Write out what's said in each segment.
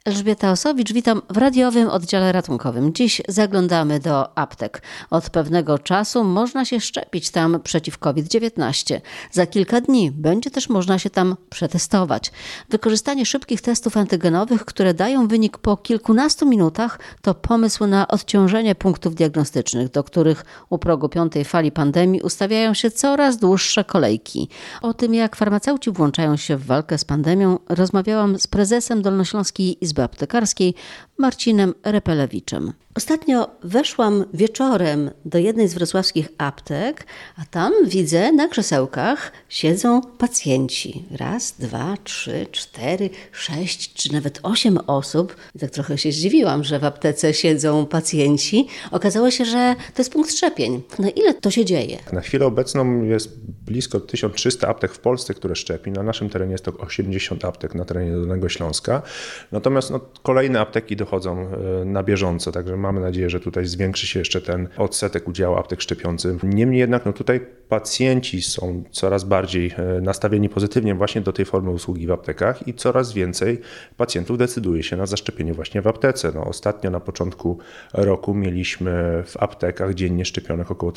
Elżbieta Osowicz, witam w radiowym oddziale ratunkowym. Dziś zaglądamy do aptek. Od pewnego czasu można się szczepić tam przeciw COVID-19. Za kilka dni będzie też można się tam przetestować. Wykorzystanie szybkich testów antygenowych, które dają wynik po kilkunastu minutach, to pomysł na odciążenie punktów diagnostycznych, do których u progu piątej fali pandemii ustawiają się coraz dłuższe kolejki. O tym, jak farmaceuci włączają się w walkę z pandemią, rozmawiałam z prezesem Dolnośląskiej Izby Aptekarskiej Marcinem Repelewiczem. Ostatnio weszłam wieczorem do jednej z wrocławskich aptek, a tam widzę, na krzesełkach siedzą pacjenci. Raz, dwa, trzy, cztery, sześć, czy nawet 8 osób. I tak trochę się zdziwiłam, że w aptece siedzą pacjenci. Okazało się, że to jest punkt szczepień. Na ile to się dzieje? Na chwilę obecną jest blisko 1300 aptek w Polsce, które szczepi. Na naszym terenie jest to 80 aptek na terenie Dolnego Śląska. Natomiast kolejne apteki dochodzą na bieżąco, także mamy nadzieję, że tutaj zwiększy się jeszcze ten odsetek udziału aptek szczepiących. Niemniej jednak tutaj pacjenci są coraz bardziej nastawieni pozytywnie właśnie do tej formy usługi w aptekach i coraz więcej pacjentów decyduje się na zaszczepienie właśnie w aptece. Ostatnio na początku roku mieliśmy w aptekach dziennie szczepionych około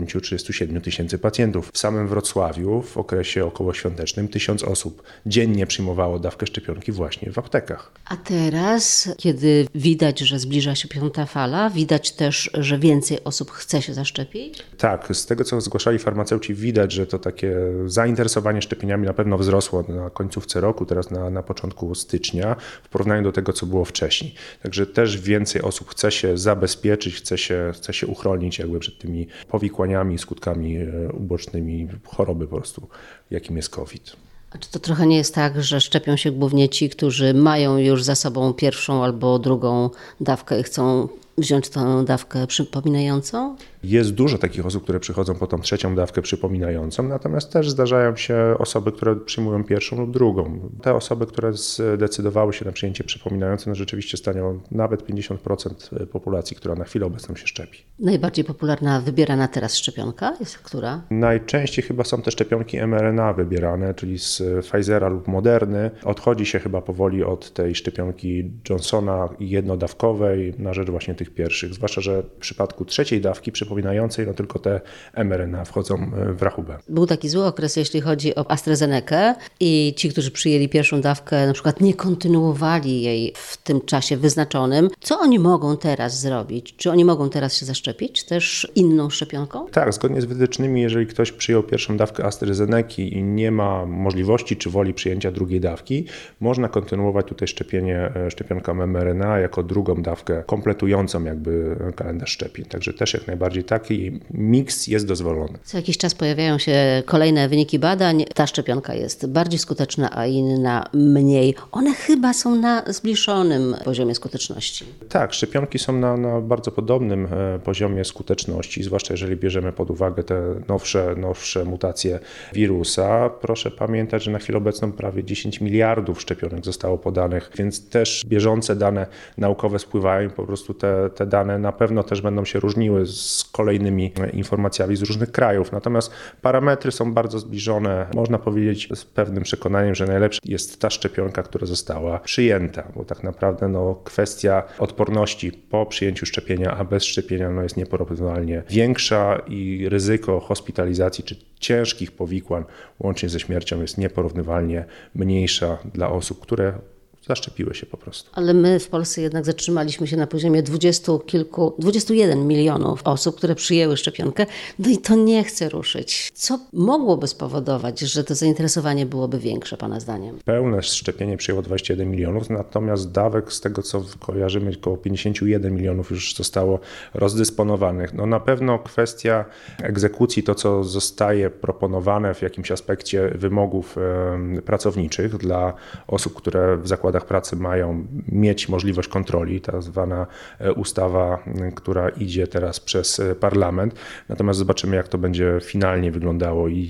35-37 tysięcy pacjentów. W samym Wrocławiu w okresie okołoświątecznym 1000 osób dziennie przyjmowało dawkę szczepionki właśnie w aptekach. A teraz, kiedy widać, że zbliża się piąta fala, widać też, że więcej osób chce się zaszczepić? Tak, z tego co zgłaszali farmaceuci widać, że to takie zainteresowanie szczepieniami na pewno wzrosło na końcówce roku, teraz na początku stycznia w porównaniu do tego, co było wcześniej. Także też więcej osób chce się zabezpieczyć, chce się uchronić jakby przed tymi powikłaniami, skutkami ubocznymi choroby po prostu, jakim jest COVID. A czy to trochę nie jest tak, że szczepią się głównie ci, którzy mają już za sobą pierwszą albo drugą dawkę i chcą wziąć tę dawkę przypominającą? Jest dużo takich osób, które przychodzą po tą trzecią dawkę przypominającą, natomiast też zdarzają się osoby, które przyjmują pierwszą lub drugą. Te osoby, które zdecydowały się na przyjęcie przypominające, rzeczywiście stanowią nawet 50% populacji, która na chwilę obecną się szczepi. Najbardziej popularna wybierana teraz szczepionka jest która? Najczęściej chyba są te szczepionki mRNA wybierane, czyli z Pfizera lub Moderny. Odchodzi się chyba powoli od tej szczepionki Johnsona jednodawkowej na rzecz właśnie tych pierwszych, zwłaszcza, że w przypadku trzeciej dawki przypominającej, tylko te mRNA wchodzą w rachubę. Był taki zły okres, jeśli chodzi o AstraZenekę i ci, którzy przyjęli pierwszą dawkę, na przykład nie kontynuowali jej w tym czasie wyznaczonym. Co oni mogą teraz zrobić? Czy oni mogą teraz się zaszczepić też inną szczepionką? Tak, zgodnie z wytycznymi, jeżeli ktoś przyjął pierwszą dawkę AstraZeneki i nie ma możliwości czy woli przyjęcia drugiej dawki, można kontynuować tutaj szczepionką mRNA jako drugą dawkę kompletującą jakby kalendarz szczepień. Także też jak najbardziej taki miks jest dozwolony. Co jakiś czas pojawiają się kolejne wyniki badań. Ta szczepionka jest bardziej skuteczna, a inna mniej. One chyba są na zbliżonym poziomie skuteczności. Tak, szczepionki są na bardzo podobnym poziomie skuteczności, zwłaszcza jeżeli bierzemy pod uwagę te nowsze mutacje wirusa. Proszę pamiętać, że na chwilę obecną prawie 10 miliardów szczepionek zostało podanych, więc też bieżące dane naukowe spływają i po prostu te dane na pewno też będą się różniły z kolejnymi informacjami z różnych krajów. Natomiast parametry są bardzo zbliżone. Można powiedzieć z pewnym przekonaniem, że najlepsza jest ta szczepionka, która została przyjęta, bo tak naprawdę kwestia odporności po przyjęciu szczepienia, a bez szczepienia jest nieporównywalnie większa i ryzyko hospitalizacji czy ciężkich powikłań łącznie ze śmiercią jest nieporównywalnie mniejsza dla osób, które zaszczepiły się po prostu. Ale my w Polsce jednak zatrzymaliśmy się na poziomie 21 milionów osób, które przyjęły szczepionkę. No i to nie chce ruszyć. Co mogłoby spowodować, że to zainteresowanie byłoby większe, Pana zdaniem? Pełne szczepienie przyjęło 21 milionów, natomiast dawek z tego co kojarzymy około 51 milionów już zostało rozdysponowanych. Na pewno kwestia egzekucji, to co zostaje proponowane w jakimś aspekcie wymogów pracowniczych dla osób, które w zakładach pracy mają mieć możliwość kontroli, ta zwana ustawa, która idzie teraz przez parlament. Natomiast zobaczymy, jak to będzie finalnie wyglądało i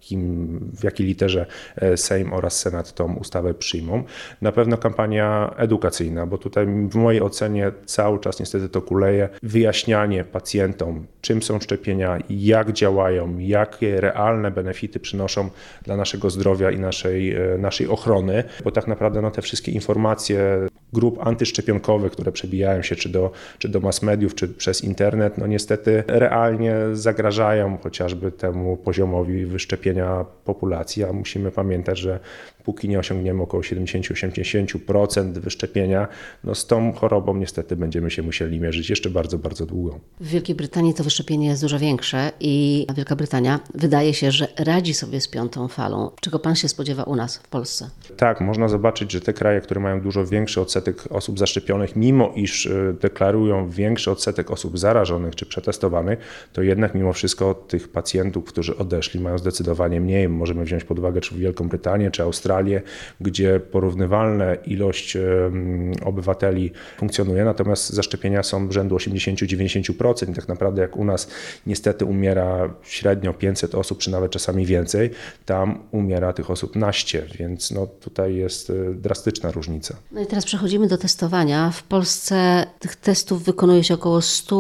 w jakiej literze Sejm oraz Senat tą ustawę przyjmą. Na pewno kampania edukacyjna, bo tutaj w mojej ocenie cały czas niestety to kuleje. Wyjaśnianie pacjentom, czym są szczepienia, jak działają, jakie realne benefity przynoszą dla naszego zdrowia i naszej ochrony, bo tak naprawdę te wszystkie informacje grup antyszczepionkowych, które przebijają się czy do mass mediów, czy przez internet, niestety realnie zagrażają chociażby temu poziomowi wyszczepienia populacji, a musimy pamiętać, że póki nie osiągniemy około 70-80% wyszczepienia, z tą chorobą niestety będziemy się musieli mierzyć jeszcze bardzo, bardzo długo. W Wielkiej Brytanii to wyszczepienie jest dużo większe i Wielka Brytania wydaje się, że radzi sobie z 5. falą. Czego pan się spodziewa u nas w Polsce? Tak, można zobaczyć, że te kraje, które mają dużo większy odsetek osób zaszczepionych, mimo iż deklarują większy odsetek osób zarażonych czy przetestowanych, to jednak mimo wszystko tych pacjentów, którzy odeszli, mają zdecydowanie mniej. Możemy wziąć pod uwagę czy Wielką Brytanię, czy Australię, gdzie porównywalna ilość obywateli funkcjonuje, natomiast zaszczepienia są rzędu 80-90%. Tak naprawdę jak u nas niestety umiera średnio 500 osób, czy nawet czasami więcej, tam umiera tych osób naście, więc tutaj jest drastyczna różnica. I teraz przechodzimy do testowania. W Polsce tych testów wykonuje się około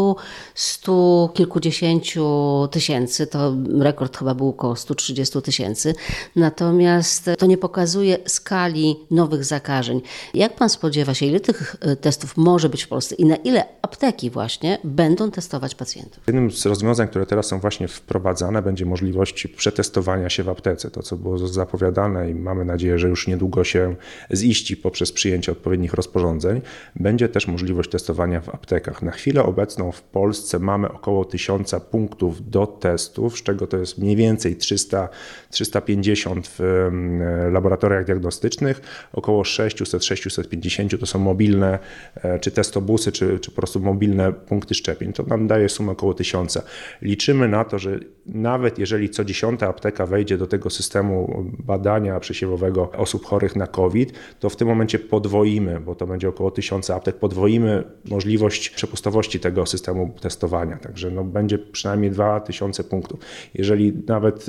100 kilkudziesięciu tysięcy. To rekord chyba był około 130 000. Natomiast to nie pokazuje skali nowych zakażeń. Jak pan spodziewa się, ile tych testów może być w Polsce i na ile apteki właśnie będą testować pacjentów? Jednym z rozwiązań, które teraz są właśnie wprowadzane, będzie możliwość przetestowania się w aptece. To, co było zapowiadane i mamy nadzieję, że już niedługo się ziści poprzez przyjęcie odpowiednich rozporządzeń, będzie też możliwość testowania w aptekach. Na chwilę obecną w Polsce mamy około 1000 punktów do testów, z czego to jest mniej więcej 300-350 w laboratoriach diagnostycznych, około 600-650 to są mobilne czy testobusy, czy po prostu mobilne punkty szczepień. To nam daje sumę około 1000. Liczymy na to, że nawet jeżeli co 10. apteka wejdzie do tego systemu badania przesiewowego osób chorych na COVID, to w tym momencie podwoimy, bo to będzie około 1000 aptek, podwoimy możliwość przepustowości tego systemu testowania. Także będzie przynajmniej 2000 punktów. Jeżeli nawet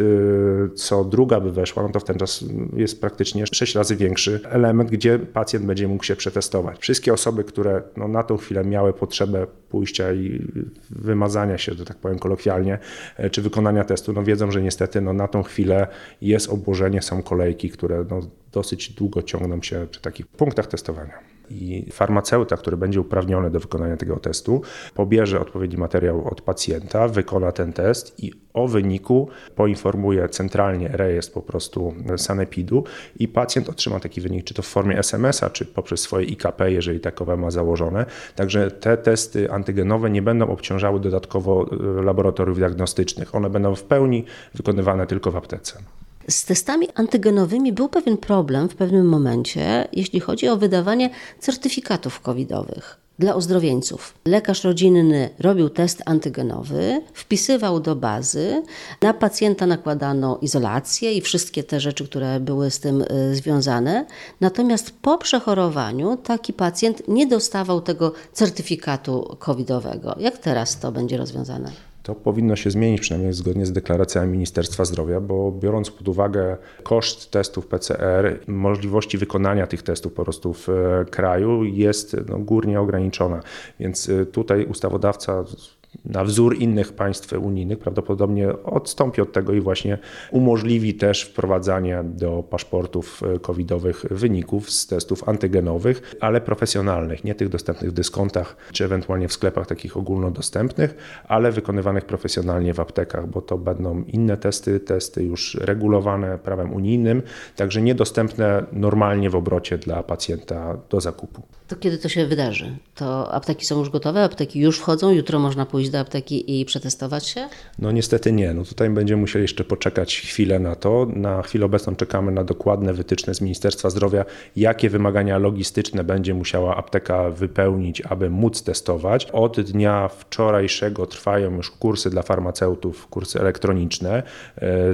co druga by weszła, to w ten czas jest praktycznie 6 razy większy element, gdzie pacjent będzie mógł się przetestować. Wszystkie osoby, które na tą chwilę miały potrzebę pójścia i wymazania się, że tak powiem kolokwialnie, czy wykonania testu, wiedzą, że niestety na tą chwilę jest obłożenie, są kolejki, które dosyć długo ciągną się przy takich punktach testowania. I farmaceuta, który będzie uprawniony do wykonania tego testu, pobierze odpowiedni materiał od pacjenta, wykona ten test i o wyniku poinformuje centralnie rejestr po prostu sanepidu i pacjent otrzyma taki wynik, czy to w formie SMS-a, czy poprzez swoje IKP, jeżeli takowe ma założone. Także te testy antygenowe nie będą obciążały dodatkowo laboratoriów diagnostycznych. One będą w pełni wykonywane tylko w aptece. Z testami antygenowymi był pewien problem w pewnym momencie, jeśli chodzi o wydawanie certyfikatów covidowych dla ozdrowieńców. Lekarz rodzinny robił test antygenowy, wpisywał do bazy, na pacjenta nakładano izolację i wszystkie te rzeczy, które były z tym związane. Natomiast po przechorowaniu taki pacjent nie dostawał tego certyfikatu covidowego. Jak teraz to będzie rozwiązane? To powinno się zmienić, przynajmniej zgodnie z deklaracjami Ministerstwa Zdrowia, bo biorąc pod uwagę koszt testów PCR, możliwości wykonania tych testów po prostu w kraju jest górnie ograniczona. Więc tutaj ustawodawca na wzór innych państw unijnych prawdopodobnie odstąpi od tego i właśnie umożliwi też wprowadzanie do paszportów covidowych wyników z testów antygenowych, ale profesjonalnych, nie tych dostępnych w dyskontach czy ewentualnie w sklepach takich ogólnodostępnych, ale wykonywanych profesjonalnie w aptekach, bo to będą inne testy już regulowane prawem unijnym, także niedostępne normalnie w obrocie dla pacjenta do zakupu. To kiedy to się wydarzy? To apteki są już gotowe, apteki już wchodzą, jutro można pójść do apteki i przetestować się? Niestety nie. Tutaj będziemy musieli jeszcze poczekać chwilę na to. Na chwilę obecną czekamy na dokładne wytyczne z Ministerstwa Zdrowia, jakie wymagania logistyczne będzie musiała apteka wypełnić, aby móc testować. Od dnia wczorajszego trwają już kursy dla farmaceutów, kursy elektroniczne z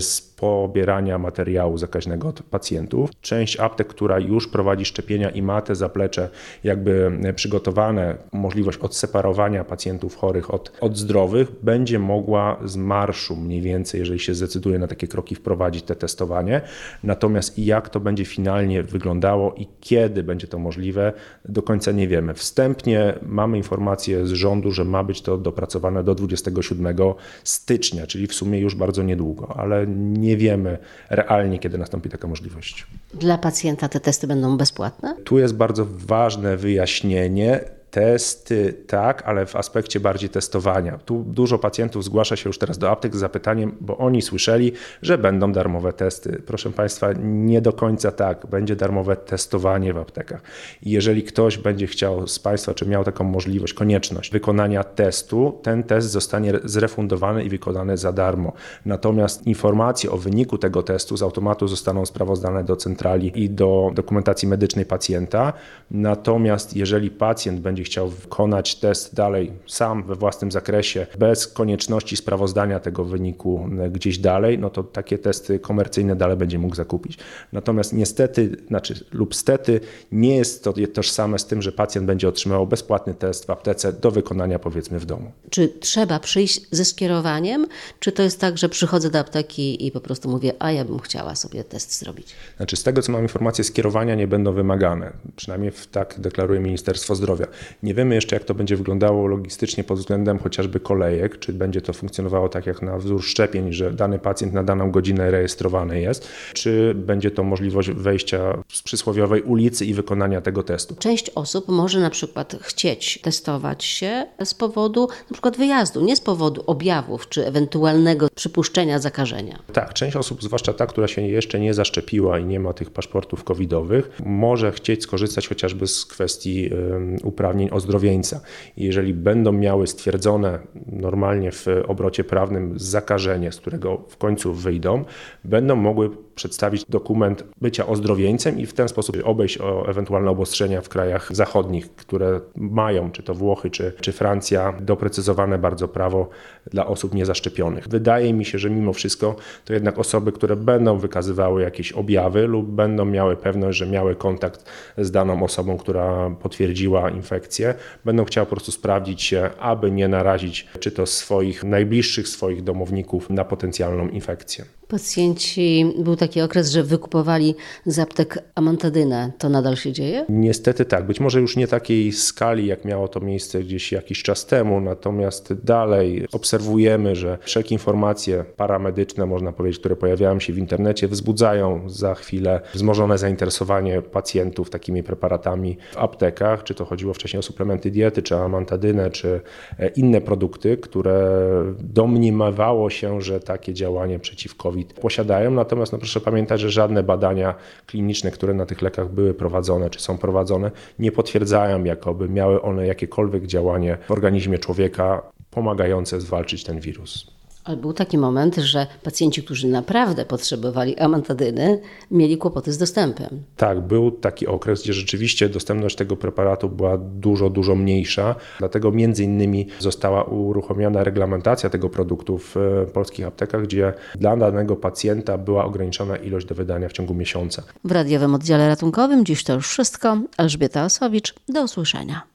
pobierania materiału zakaźnego od pacjentów. Część aptek, która już prowadzi szczepienia i ma te zaplecze jakby przygotowane, możliwość odseparowania pacjentów chorych od zdrowych, będzie mogła z marszu mniej więcej, jeżeli się zdecyduje na takie kroki, wprowadzić te testowanie. Natomiast jak to będzie finalnie wyglądało i kiedy będzie to możliwe, do końca nie wiemy. Wstępnie mamy informację z rządu, że ma być to dopracowane do 27 stycznia, czyli w sumie już bardzo niedługo, ale nie wiemy realnie, kiedy nastąpi taka możliwość. Dla pacjenta te testy będą bezpłatne? Tu jest bardzo ważne wyjaśnienie. Testy tak, ale w aspekcie bardziej testowania. Tu dużo pacjentów zgłasza się już teraz do aptek z zapytaniem, bo oni słyszeli, że będą darmowe testy. Proszę Państwa, nie do końca tak. Będzie darmowe testowanie w aptekach. I jeżeli ktoś będzie chciał z Państwa, czy miał taką możliwość, konieczność wykonania testu, ten test zostanie zrefundowany i wykonany za darmo. Natomiast informacje o wyniku tego testu z automatu zostaną sprawozdane do centrali i do dokumentacji medycznej pacjenta. Natomiast jeżeli pacjent będzie chciał wykonać test dalej sam we własnym zakresie, bez konieczności sprawozdania tego wyniku gdzieś dalej, no to takie testy komercyjne dalej będzie mógł zakupić. Natomiast niestety, lub stety, nie jest to tożsame z tym, że pacjent będzie otrzymywał bezpłatny test w aptece do wykonania, powiedzmy, w domu. Czy trzeba przyjść ze skierowaniem, czy to jest tak, że przychodzę do apteki i po prostu mówię, a ja bym chciała sobie test zrobić? Z tego, co mam informację, skierowania nie będą wymagane. Przynajmniej tak deklaruje Ministerstwo Zdrowia. Nie wiemy jeszcze, jak to będzie wyglądało logistycznie pod względem chociażby kolejek, czy będzie to funkcjonowało tak jak na wzór szczepień, że dany pacjent na daną godzinę rejestrowany jest, czy będzie to możliwość wejścia z przysłowiowej ulicy i wykonania tego testu. Część osób może na przykład chcieć testować się z powodu na przykład wyjazdu, nie z powodu objawów, czy ewentualnego przypuszczenia zakażenia. Tak, część osób, zwłaszcza ta, która się jeszcze nie zaszczepiła i nie ma tych paszportów covidowych, może chcieć skorzystać chociażby z kwestii uprawnień ozdrowieńca. Jeżeli będą miały stwierdzone normalnie w obrocie prawnym zakażenie, z którego w końcu wyjdą, będą mogły przedstawić dokument bycia ozdrowieńcem i w ten sposób obejść ewentualne obostrzenia w krajach zachodnich, które mają, czy to Włochy, czy Francja, doprecyzowane bardzo prawo dla osób niezaszczepionych. Wydaje mi się, że mimo wszystko to jednak osoby, które będą wykazywały jakieś objawy lub będą miały pewność, że miały kontakt z daną osobą, która potwierdziła infekcję, będą chciały po prostu sprawdzić się, aby nie narazić czy to swoich najbliższych, swoich domowników na potencjalną infekcję. Pacjenci, był taki okres, że wykupowali z aptek amantadynę. To nadal się dzieje? Niestety tak. Być może już nie takiej skali, jak miało to miejsce gdzieś jakiś czas temu, natomiast dalej obserwujemy, że wszelkie informacje paramedyczne, można powiedzieć, które pojawiają się w internecie, wzbudzają za chwilę wzmożone zainteresowanie pacjentów takimi preparatami w aptekach, czy to chodziło wcześniej o suplementy diety, czy amantadynę, czy inne produkty, które domniemało się, że takie działanie przeciw COVID posiadają. Natomiast proszę pamiętać, że żadne badania kliniczne, które na tych lekach były prowadzone, czy są prowadzone, nie potwierdzają, jakoby miały one jakiekolwiek działanie w organizmie człowieka pomagające zwalczyć ten wirus. Ale był taki moment, że pacjenci, którzy naprawdę potrzebowali amantadyny, mieli kłopoty z dostępem. Tak, był taki okres, gdzie rzeczywiście dostępność tego preparatu była dużo mniejsza. Dlatego między innymi została uruchomiona reglamentacja tego produktu w polskich aptekach, gdzie dla danego pacjenta była ograniczona ilość do wydania w ciągu miesiąca. W radiowym oddziale ratunkowym dziś to już wszystko. Elżbieta Osowicz, do usłyszenia.